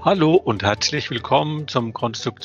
Hallo und herzlich willkommen zum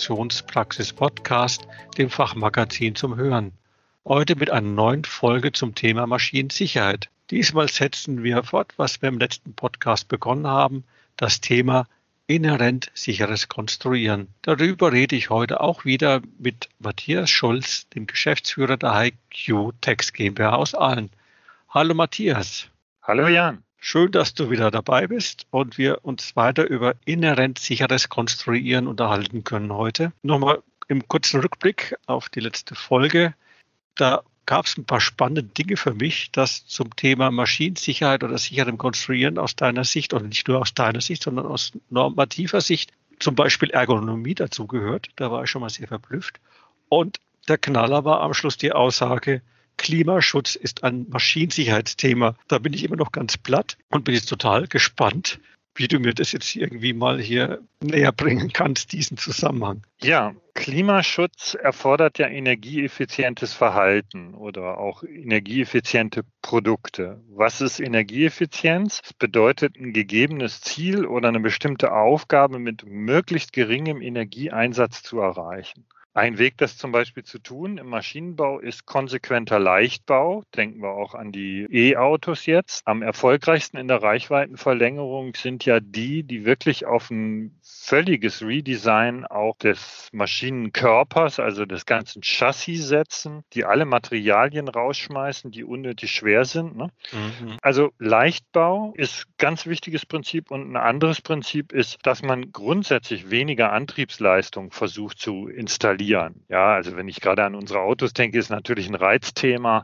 Konstruktionspraxis-Podcast, dem Fachmagazin zum Hören. Heute mit einer neuen Folge zum Thema Maschinensicherheit. Diesmal setzen wir fort, was wir im letzten Podcast begonnen haben, das Thema inhärent sicheres Konstruieren. Darüber rede ich heute auch wieder mit Matthias Schulz, dem Geschäftsführer der HiQ Tex GmbH aus Aalen. Hallo Matthias. Hallo Jan. Schön, dass du wieder dabei bist und wir uns weiter über inhärent sicheres Konstruieren unterhalten können heute. Nochmal im kurzen Rückblick auf die letzte Folge. Da gab es ein paar spannende Dinge für mich, das zum Thema Maschinensicherheit oder sicherem Konstruieren aus deiner Sicht, und nicht nur aus deiner Sicht, sondern aus normativer Sicht, zum Beispiel Ergonomie dazugehört. Da war ich schon mal sehr verblüfft. Und der Knaller war am Schluss die Aussage, Klimaschutz ist ein Maschinensicherheitsthema. Da bin ich immer noch ganz platt und bin jetzt total gespannt, wie du mir das jetzt irgendwie mal hier näher bringen kannst, diesen Zusammenhang. Ja, Klimaschutz erfordert ja energieeffizientes Verhalten oder auch energieeffiziente Produkte. Was ist Energieeffizienz? Das bedeutet, ein gegebenes Ziel oder eine bestimmte Aufgabe mit möglichst geringem Energieeinsatz zu erreichen. Ein Weg, das zum Beispiel zu tun im Maschinenbau, ist konsequenter Leichtbau. Denken wir auch an die E-Autos jetzt. Am erfolgreichsten in der Reichweitenverlängerung sind ja die wirklich auf ein völliges Redesign auch des Maschinenkörpers, also des ganzen Chassis setzen, die alle Materialien rausschmeißen, die unnötig schwer sind. Ne? Also Leichtbau ist ein ganz wichtiges Prinzip, und ein anderes Prinzip ist, dass man grundsätzlich weniger Antriebsleistung versucht zu installieren. Ja, also wenn ich gerade an unsere Autos denke, ist natürlich ein Reizthema.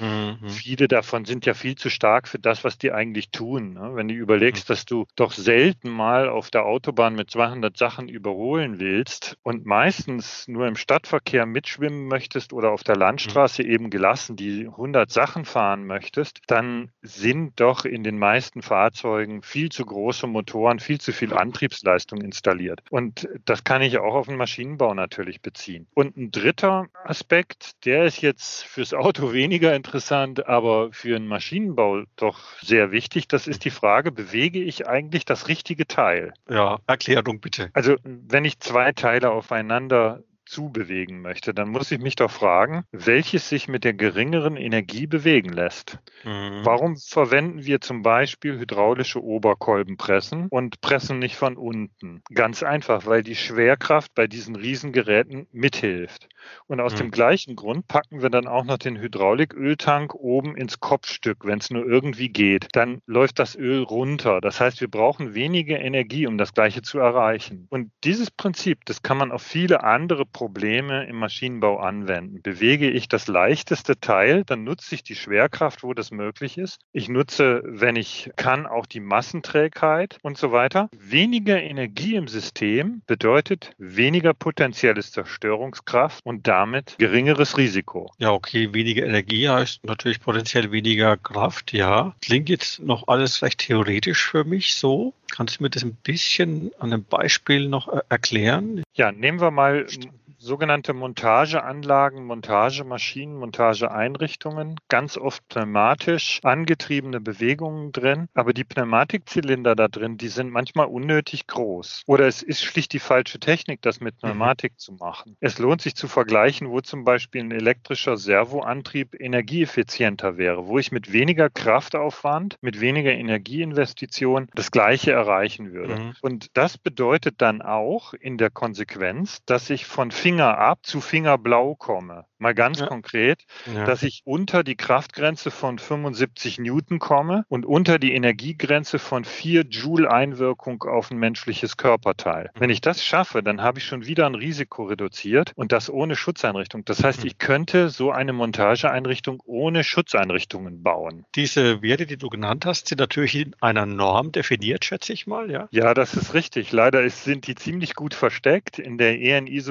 Viele davon sind ja viel zu stark für das, was die eigentlich tun. Ne? Wenn du überlegst, dass du doch selten mal auf der Autobahn mit 200 Sachen überholen willst und meistens nur im Stadtverkehr mitschwimmen möchtest oder auf der Landstraße eben gelassen die 100 Sachen fahren möchtest, dann sind doch in den meisten Fahrzeugen viel zu große Motoren, viel zu viel Antriebsleistung installiert. Und das kann ich auch auf den Maschinenbau natürlich beziehen. Und ein dritter Aspekt, der ist jetzt fürs Auto weniger interessant, aber für den Maschinenbau doch sehr wichtig. Das ist die Frage, bewege ich eigentlich das richtige Teil? Ja, Erklärung bitte. Also wenn ich zwei Teile aufeinander zubewegen möchte, dann muss ich mich doch fragen, welches sich mit der geringeren Energie bewegen lässt. Warum verwenden wir zum Beispiel hydraulische Oberkolbenpressen und pressen nicht von unten? Ganz einfach, weil die Schwerkraft bei diesen Riesengeräten mithilft. Und aus dem gleichen Grund packen wir dann auch noch den Hydrauliköltank oben ins Kopfstück, wenn es nur irgendwie geht. Dann läuft das Öl runter. Das heißt, wir brauchen weniger Energie, um das Gleiche zu erreichen. Und dieses Prinzip, das kann man auf viele andere Probleme im Maschinenbau anwenden. Bewege ich das leichteste Teil, dann nutze ich die Schwerkraft, wo das möglich ist. Ich nutze, wenn ich kann, auch die Massenträgheit und so weiter. Weniger Energie im System bedeutet weniger potenzielles Zerstörungskraft und damit geringeres Risiko. Ja, okay, weniger Energie heißt natürlich potenziell weniger Kraft, ja. Klingt jetzt noch alles recht theoretisch für mich so. Kannst du mir das ein bisschen an einem Beispiel noch erklären? Ja, nehmen wir mal sogenannte Montageanlagen, Montagemaschinen, Montageeinrichtungen, ganz oft pneumatisch angetriebene Bewegungen drin. Aber die Pneumatikzylinder da drin, die sind manchmal unnötig groß. Oder es ist schlicht die falsche Technik, das mit Pneumatik zu machen. Es lohnt sich zu vergleichen, wo zum Beispiel ein elektrischer Servoantrieb energieeffizienter wäre, wo ich mit weniger Kraftaufwand, mit weniger Energieinvestition das Gleiche erreichen würde. Und das bedeutet dann auch in der Konsequenz, dass ich von Finger ab zu Fingerblau komme. Mal ganz konkret, dass ich unter die Kraftgrenze von 75 Newton komme und unter die Energiegrenze von 4 Joule Einwirkung auf ein menschliches Körperteil. Wenn ich das schaffe, dann habe ich schon wieder ein Risiko reduziert, und das ohne Schutzeinrichtung. Das heißt, ich könnte so eine Montageeinrichtung ohne Schutzeinrichtungen bauen. Diese Werte, die du genannt hast, sind natürlich in einer Norm definiert, schätze ich mal, ja? Ja, das ist richtig. Leider sind die ziemlich gut versteckt. In der EN ISO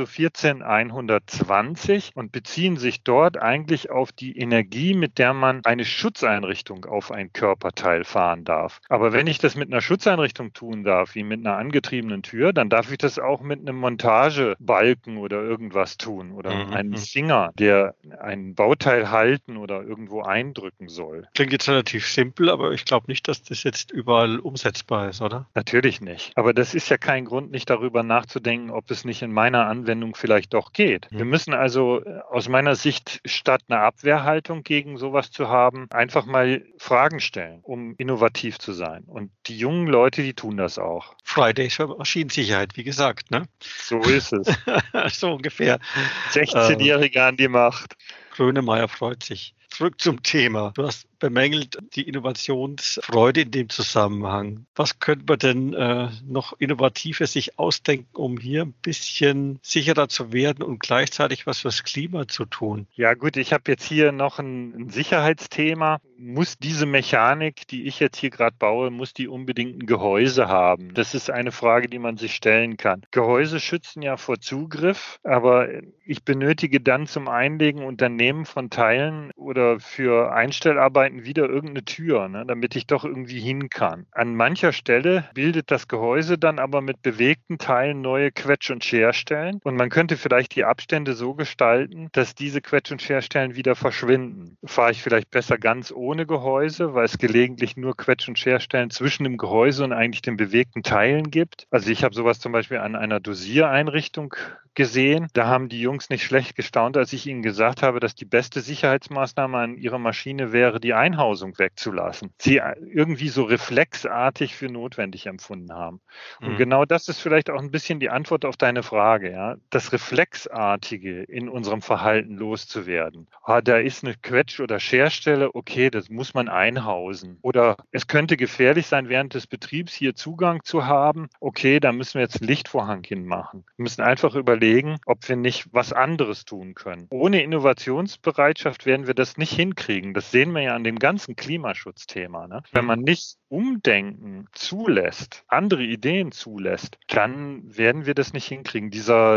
14120 und beziehen sich dort eigentlich auf die Energie, mit der man eine Schutzeinrichtung auf ein Körperteil fahren darf. Aber wenn ich das mit einer Schutzeinrichtung tun darf, wie mit einer angetriebenen Tür, dann darf ich das auch mit einem Montagebalken oder irgendwas tun oder einem Finger, der ein Bauteil halten oder irgendwo eindrücken soll. Klingt jetzt relativ simpel, aber ich glaube nicht, dass das jetzt überall umsetzbar ist, oder? Natürlich nicht. Aber das ist ja kein Grund, nicht darüber nachzudenken, ob es nicht in meiner Anwendung vielleicht doch geht. Wir müssen also aus meiner Sicht statt einer Abwehrhaltung gegen sowas zu haben, einfach mal Fragen stellen, um innovativ zu sein. Und die jungen Leute, die tun das auch. Fridays für Maschinensicherheit, wie gesagt, ne? So ist es. So ungefähr. 16-Jährige an die Macht. Grönemeyer freut sich. Zurück zum Thema. Du hast bemängelt die Innovationsfreude in dem Zusammenhang. Was könnte man denn noch Innovatives sich ausdenken, um hier ein bisschen sicherer zu werden und gleichzeitig was fürs Klima zu tun? Ja gut, ich habe jetzt hier noch ein Sicherheitsthema. Muss diese Mechanik, die ich jetzt hier gerade baue, muss die unbedingt ein Gehäuse haben? Das ist eine Frage, die man sich stellen kann. Gehäuse schützen ja vor Zugriff, aber ich benötige dann zum Einlegen und Unternehmen von Teilen oder für Einstellarbeiten wieder irgendeine Tür, ne, damit ich doch irgendwie hin kann. An mancher Stelle bildet das Gehäuse dann aber mit bewegten Teilen neue Quetsch- und Scherstellen und man könnte vielleicht die Abstände so gestalten, dass diese Quetsch- und Scherstellen wieder verschwinden. Fahre ich vielleicht besser ganz ohne Gehäuse, weil es gelegentlich nur Quetsch- und Scherstellen zwischen dem Gehäuse und eigentlich den bewegten Teilen gibt. Also ich habe sowas zum Beispiel an einer Dosiereinrichtung gesehen. Da haben die Jungs nicht schlecht gestaunt, als ich ihnen gesagt habe, dass die beste Sicherheitsmaßnahme an ihrer Maschine wäre, die Einhausung wegzulassen. Sie irgendwie so reflexartig für notwendig empfunden haben. Und genau das ist vielleicht auch ein bisschen die Antwort auf deine Frage, ja. Das Reflexartige in unserem Verhalten loszuwerden. Da ist eine Quetsch- oder Scherstelle, okay, das muss man einhausen. Oder es könnte gefährlich sein, während des Betriebs hier Zugang zu haben. Okay, da müssen wir jetzt einen Lichtvorhang hinmachen. Wir müssen einfach überlegen, ob wir nicht was anderes tun können. Ohne Innovationsbereitschaft werden wir das nicht hinkriegen. Das sehen wir ja an dem ganzen Klimaschutzthema. Ne? Wenn man nicht Umdenken zulässt, andere Ideen zulässt, dann werden wir das nicht hinkriegen.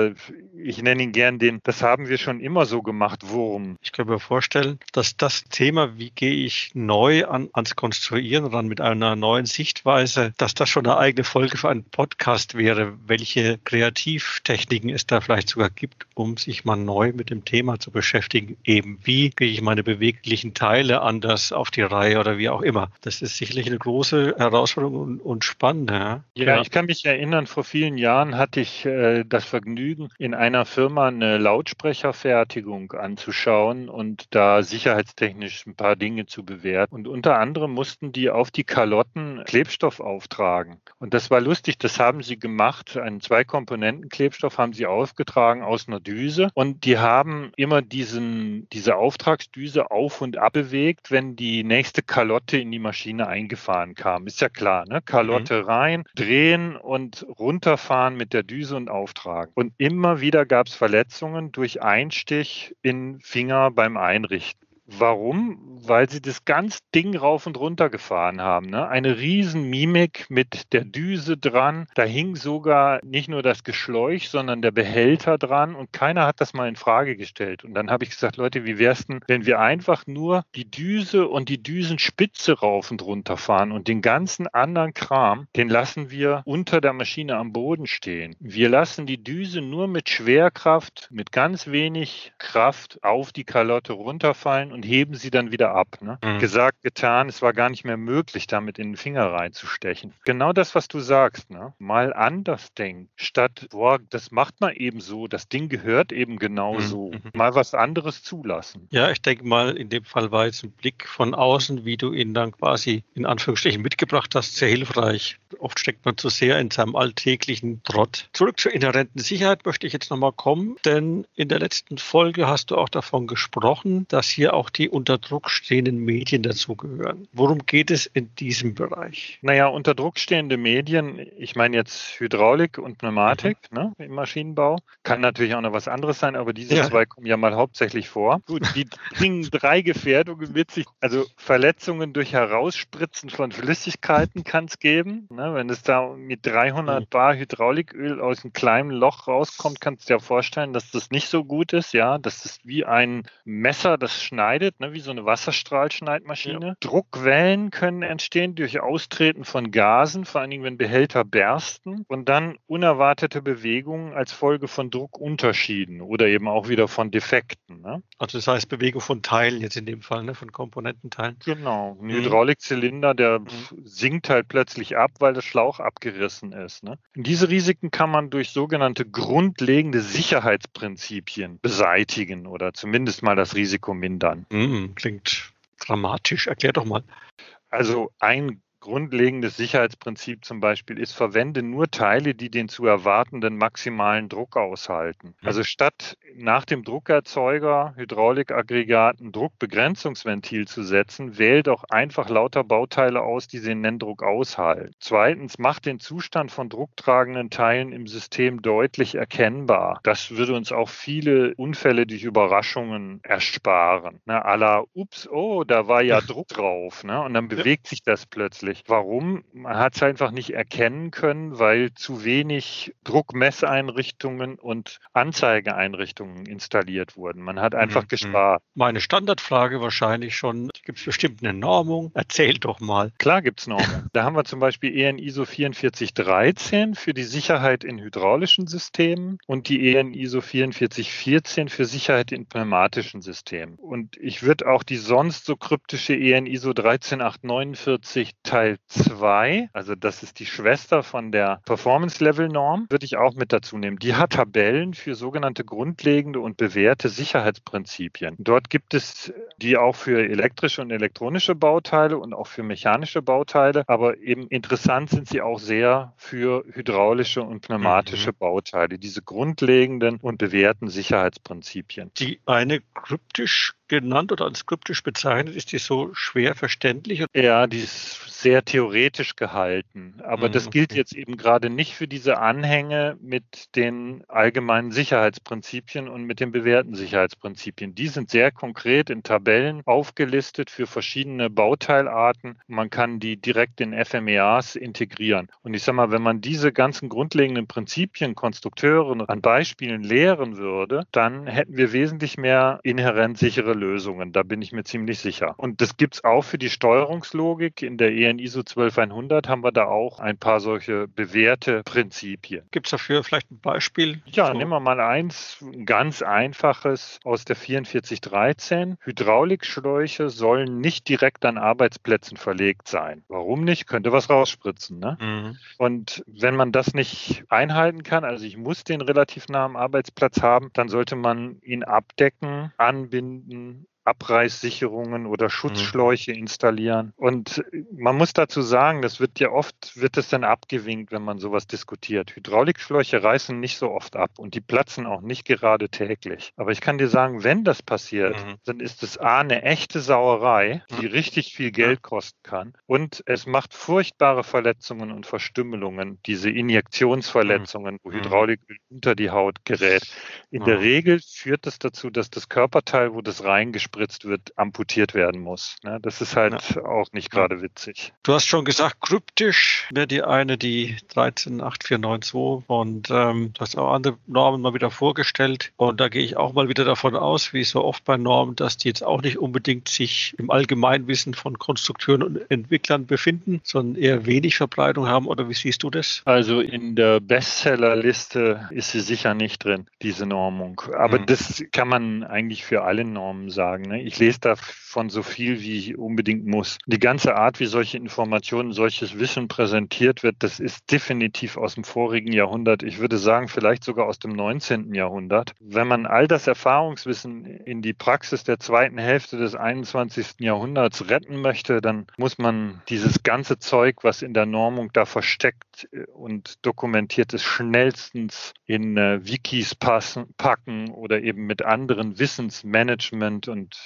Ich nenne ihn gern das haben wir schon immer so gemacht, Wurm. Ich kann mir vorstellen, dass das Thema, wie gehe ich neu ans Konstruieren oder mit einer neuen Sichtweise, dass das schon eine eigene Folge für einen Podcast wäre, welche Kreativtechniken es da vielleicht sogar gibt, um sich mal neu mit dem Thema zu beschäftigen. Eben, wie kriege ich meine beweglichen Teile anders auf die Reihe oder wie auch immer. Das ist sicherlich eine große Herausforderung und spannend. Ja, ich kann mich erinnern, vor vielen Jahren hatte ich das Vergnügen, in einer Firma eine Lautsprecherfertigung anzuschauen und da sicherheitstechnisch ein paar Dinge zu bewerten. Und unter anderem mussten die auf die Kalotten Klebstoff auftragen. Und das war lustig, das haben sie gemacht. Einen Zwei-Komponenten-Klebstoff haben sie aufgetragen aus einer Düse. Und die haben immer diese Auftragsdüse auf und ab bewegt, wenn die nächste Kalotte in die Maschine eingefahren kam. Ist ja klar, ne? Kalotte rein, drehen und runterfahren mit der Düse und auftragen. Und immer wieder gab es Verletzungen durch Einstich in Finger beim Einrichten. Warum? Weil sie das ganze Ding rauf und runter gefahren haben. Ne? Eine riesen Mimik mit der Düse dran. Da hing sogar nicht nur das Geschläuch, sondern der Behälter dran und keiner hat das mal in Frage gestellt. Und dann habe ich gesagt, Leute, wie wär's denn, wenn wir einfach nur die Düse und die Düsenspitze rauf und runter fahren und den ganzen anderen Kram, den lassen wir unter der Maschine am Boden stehen. Wir lassen die Düse nur mit Schwerkraft, mit ganz wenig Kraft auf die Kalotte runterfallen und heben sie dann wieder ab. Ne? Gesagt, getan, es war gar nicht mehr möglich, damit in den Finger reinzustechen. Genau das, was du sagst, ne? Mal anders denken, statt, das macht man eben so, das Ding gehört eben genau so. Mal was anderes zulassen. Ja, ich denke mal, in dem Fall war jetzt ein Blick von außen, wie du ihn dann quasi in Anführungsstrichen mitgebracht hast, sehr hilfreich. Oft steckt man zu sehr in seinem alltäglichen Trott. Zurück zur inhärenten Sicherheit möchte ich jetzt nochmal kommen, denn in der letzten Folge hast du auch davon gesprochen, dass hier auch auch die unter Druck stehenden Medien dazugehören. Worum geht es in diesem Bereich? Naja, unter Druck stehende Medien, ich meine jetzt Hydraulik und Pneumatik, ne, im Maschinenbau. Kann natürlich auch noch was anderes sein, aber diese zwei kommen ja mal hauptsächlich vor. Gut, die bringen 3 Gefährdungen mit sich. Also Verletzungen durch Herausspritzen von Flüssigkeiten kann es geben. Ne, wenn es da mit 300 Bar Hydrauliköl aus einem kleinen Loch rauskommt, kannst du dir vorstellen, dass das nicht so gut ist. Ja, das ist wie ein Messer, das schneidet, ne, wie so eine Wasserstrahlschneidmaschine. Ja. Druckwellen können entstehen durch Austreten von Gasen, vor allen Dingen, wenn Behälter bersten, und dann unerwartete Bewegungen als Folge von Druckunterschieden oder eben auch wieder von Defekten. Ne? Also das heißt Bewegung von Teilen jetzt in dem Fall, ne, von Komponententeilen. Genau, ein Hydraulikzylinder, der sinkt halt plötzlich ab, weil der Schlauch abgerissen ist. Ne? Und diese Risiken kann man durch sogenannte grundlegende Sicherheitsprinzipien beseitigen oder zumindest mal das Risiko mindern. Klingt dramatisch. Erklär doch mal. Also ein grundlegendes Sicherheitsprinzip zum Beispiel ist, verwende nur Teile, die den zu erwartenden maximalen Druck aushalten. Also statt nach dem Druckerzeuger, Hydraulikaggregat, ein Druckbegrenzungsventil zu setzen, wähl doch einfach lauter Bauteile aus, die den Nenndruck aushalten. Zweitens, mach den Zustand von drucktragenden Teilen im System deutlich erkennbar. Das würde uns auch viele Unfälle durch Überraschungen ersparen. Ne, à la, ups, oh, da war ja Druck drauf. Ne, und dann bewegt sich das plötzlich. Warum? Man hat es einfach nicht erkennen können, weil zu wenig Druckmesseinrichtungen und Anzeigeeinrichtungen installiert wurden. Man hat einfach gespart. Meine Standardfrage wahrscheinlich schon, gibt es bestimmt eine Normung? Erzähl doch mal. Klar gibt es Normung. Da haben wir zum Beispiel EN ISO 4413 für die Sicherheit in hydraulischen Systemen und die EN ISO 4414 für Sicherheit in pneumatischen Systemen. Und ich würde auch die sonst so kryptische EN ISO 13849 Teil 2, also das ist die Schwester von der Performance-Level-Norm, würde ich auch mit dazu nehmen. Die hat Tabellen für sogenannte grundlegende und bewährte Sicherheitsprinzipien. Dort gibt es die auch für elektrische und elektronische Bauteile und auch für mechanische Bauteile, aber eben interessant sind sie auch sehr für hydraulische und pneumatische Bauteile, diese grundlegenden und bewährten Sicherheitsprinzipien. Die eine kryptisch genannt oder als kryptisch bezeichnet, ist die so schwer verständlich? Ja, die ist sehr theoretisch gehalten. Aber das gilt jetzt eben gerade nicht für diese Anhänge mit den allgemeinen Sicherheitsprinzipien und mit den bewährten Sicherheitsprinzipien. Die sind sehr konkret in Tabellen aufgelistet für verschiedene Bauteilarten. Man kann die direkt in FMEAs integrieren. Und ich sage mal, wenn man diese ganzen grundlegenden Prinzipien Konstrukteuren an Beispielen lehren würde, dann hätten wir wesentlich mehr inhärent sichere Lösungen. Da bin ich mir ziemlich sicher. Und das gibt es auch für die Steuerungslogik. In der EN ISO 12100 haben wir da auch ein paar solche bewährte Prinzipien. Gibt es dafür vielleicht ein Beispiel? Ja, nehmen wir mal eins, ein ganz einfaches aus der 4413. Hydraulikschläuche sollen nicht direkt an Arbeitsplätzen verlegt sein. Warum nicht? Könnte was rausspritzen. Ne? Und wenn man das nicht einhalten kann, also ich muss den relativ nah am Arbeitsplatz haben, dann sollte man ihn abdecken, anbinden, Abreißsicherungen oder Schutzschläuche installieren. Und man muss dazu sagen, das wird es dann abgewinkt, wenn man sowas diskutiert. Hydraulikschläuche reißen nicht so oft ab und die platzen auch nicht gerade täglich. Aber ich kann dir sagen, wenn das passiert, dann ist es eine echte Sauerei, die richtig viel Geld kosten kann. Und es macht furchtbare Verletzungen und Verstümmelungen, diese Injektionsverletzungen, wo Hydraulik unter die Haut gerät. In der Regel führt das dazu, dass das Körperteil, wo das reingespritzt wird, amputiert werden muss. Das ist halt auch nicht gerade witzig. Du hast schon gesagt, kryptisch wäre die 1389492 und du hast auch andere Normen mal wieder vorgestellt und da gehe ich auch mal wieder davon aus, wie so oft bei Normen, dass die jetzt auch nicht unbedingt sich im Allgemeinwissen von Konstrukteuren und Entwicklern befinden, sondern eher wenig Verbreitung haben, oder wie siehst du das? Also in der Bestsellerliste ist sie sicher nicht drin, diese Normung. Aber das kann man eigentlich für alle Normen sagen. Ich lese davon so viel, wie ich unbedingt muss. Die ganze Art, wie solche Informationen, solches Wissen präsentiert wird, das ist definitiv aus dem vorigen Jahrhundert. Ich würde sagen, vielleicht sogar aus dem 19. Jahrhundert. Wenn man all das Erfahrungswissen in die Praxis der zweiten Hälfte des 21. Jahrhunderts retten möchte, dann muss man dieses ganze Zeug, was in der Normung da versteckt und dokumentiert ist, schnellstens in Wikis packen oder eben mit anderen Wissensmanagement und und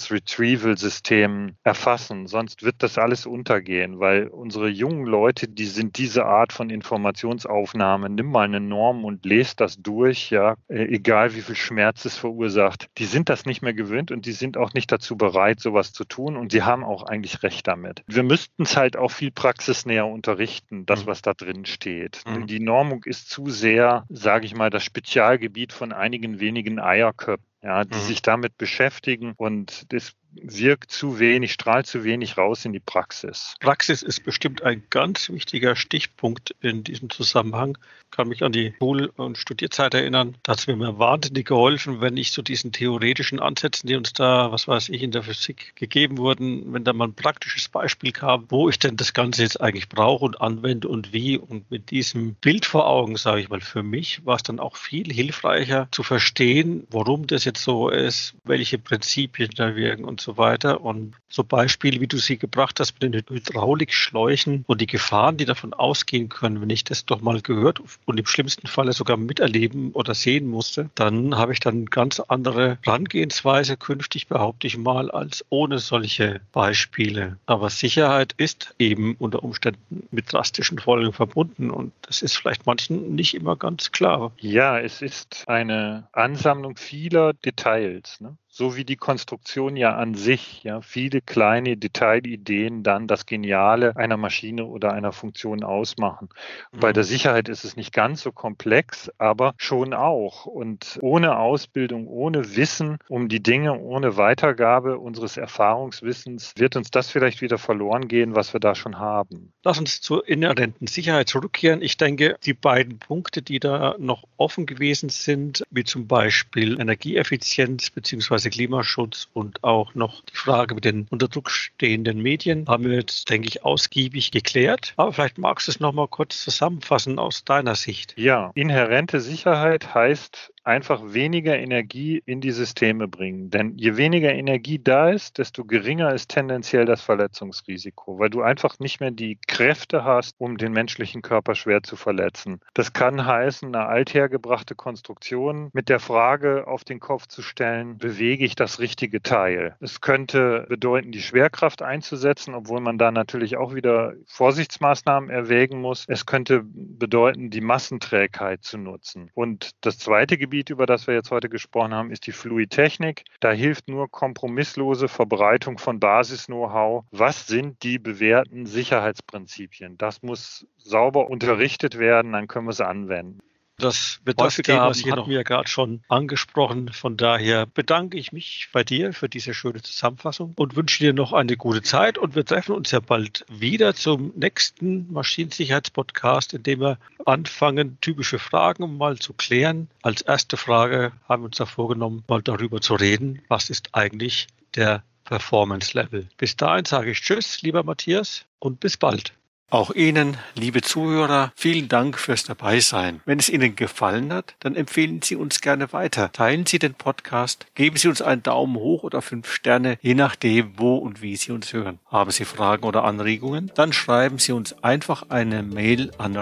Wissensretrieval-Systemen erfassen. Sonst wird das alles untergehen, weil unsere jungen Leute, die sind diese Art von Informationsaufnahme, nimm mal eine Norm und lest das durch, ja, egal wie viel Schmerz es verursacht. Die sind das nicht mehr gewöhnt und die sind auch nicht dazu bereit, sowas zu tun und sie haben auch eigentlich recht damit. Wir müssten es halt auch viel praxisnäher unterrichten, das, was da drin steht. Die Normung ist zu sehr, sage ich mal, das Spezialgebiet von einigen wenigen Eierköpfen, ja, die sich damit beschäftigen und das wirkt zu wenig, strahlt zu wenig raus in die Praxis. Praxis ist bestimmt ein ganz wichtiger Stichpunkt in diesem Zusammenhang. Ich kann mich an die Schul- und Studierzeit erinnern. Da hat es mir immer wahnsinnig geholfen, wenn ich zu diesen theoretischen Ansätzen, die uns da, was weiß ich, in der Physik gegeben wurden, wenn da mal ein praktisches Beispiel kam, wo ich denn das Ganze jetzt eigentlich brauche und anwende und wie. Und mit diesem Bild vor Augen, sage ich mal, für mich war es dann auch viel hilfreicher zu verstehen, warum das jetzt so ist, welche Prinzipien da wirken und so weiter. Und so Beispiele, wie du sie gebracht hast mit den Hydraulikschläuchen und die Gefahren, die davon ausgehen können, wenn ich das doch mal gehört und im schlimmsten Falle sogar miterleben oder sehen musste, dann habe ich dann ganz andere Herangehensweise künftig, behaupte ich mal, als ohne solche Beispiele. Aber Sicherheit ist eben unter Umständen mit drastischen Folgen verbunden und das ist vielleicht manchen nicht immer ganz klar. Ja, es ist eine Ansammlung vieler Details, ne? So wie die Konstruktion ja an sich, ja, viele kleine Detailideen dann das Geniale einer Maschine oder einer Funktion ausmachen. Bei der Sicherheit ist es nicht ganz so komplex, aber schon auch. Und ohne Ausbildung, ohne Wissen um die Dinge, ohne Weitergabe unseres Erfahrungswissens wird uns das vielleicht wieder verloren gehen, was wir da schon haben. Lass uns zur inhärenten Sicherheit zurückkehren. Ich denke, die beiden Punkte, die da noch offen gewesen sind, wie zum Beispiel Energieeffizienz bzw. Klimaschutz und auch noch die Frage mit den unter Druck stehenden Medien, haben wir jetzt, denke ich, ausgiebig geklärt. Aber vielleicht magst du es noch mal kurz zusammenfassen aus deiner Sicht. Ja, inhärente Sicherheit heißt einfach weniger Energie in die Systeme bringen. Denn je weniger Energie da ist, desto geringer ist tendenziell das Verletzungsrisiko, weil du einfach nicht mehr die Kräfte hast, um den menschlichen Körper schwer zu verletzen. Das kann heißen, eine althergebrachte Konstruktion mit der Frage auf den Kopf zu stellen, bewege ich das richtige Teil? Es könnte bedeuten, die Schwerkraft einzusetzen, obwohl man da natürlich auch wieder Vorsichtsmaßnahmen erwägen muss. Es könnte bedeuten, die Massenträgheit zu nutzen. Und das zweite Gebiet, über das wir jetzt heute gesprochen haben, ist die Fluidtechnik. Da hilft nur kompromisslose Verbreitung von Basis-Know-how. Was sind die bewährten Sicherheitsprinzipien? Das muss sauber unterrichtet werden, dann können wir es anwenden. Das wird häufiger haben, hatten wir ja gerade schon angesprochen. Von daher bedanke ich mich bei dir für diese schöne Zusammenfassung und wünsche dir noch eine gute Zeit. Und wir treffen uns ja bald wieder zum nächsten Maschinensicherheitspodcast, in dem wir anfangen, typische Fragen mal zu klären. Als erste Frage haben wir uns da vorgenommen, mal darüber zu reden, was ist eigentlich der Performance Level. Bis dahin sage ich Tschüss, lieber Matthias, und bis bald. Auch Ihnen, liebe Zuhörer, vielen Dank fürs Dabeisein. Wenn es Ihnen gefallen hat, dann empfehlen Sie uns gerne weiter. Teilen Sie den Podcast, geben Sie uns einen Daumen hoch oder 5 Sterne, je nachdem, wo und wie Sie uns hören. Haben Sie Fragen oder Anregungen? Dann schreiben Sie uns einfach eine Mail an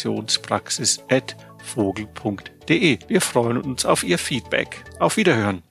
redaktion.konstruktionspraxis@vogel.de. Wir freuen uns auf Ihr Feedback. Auf Wiederhören.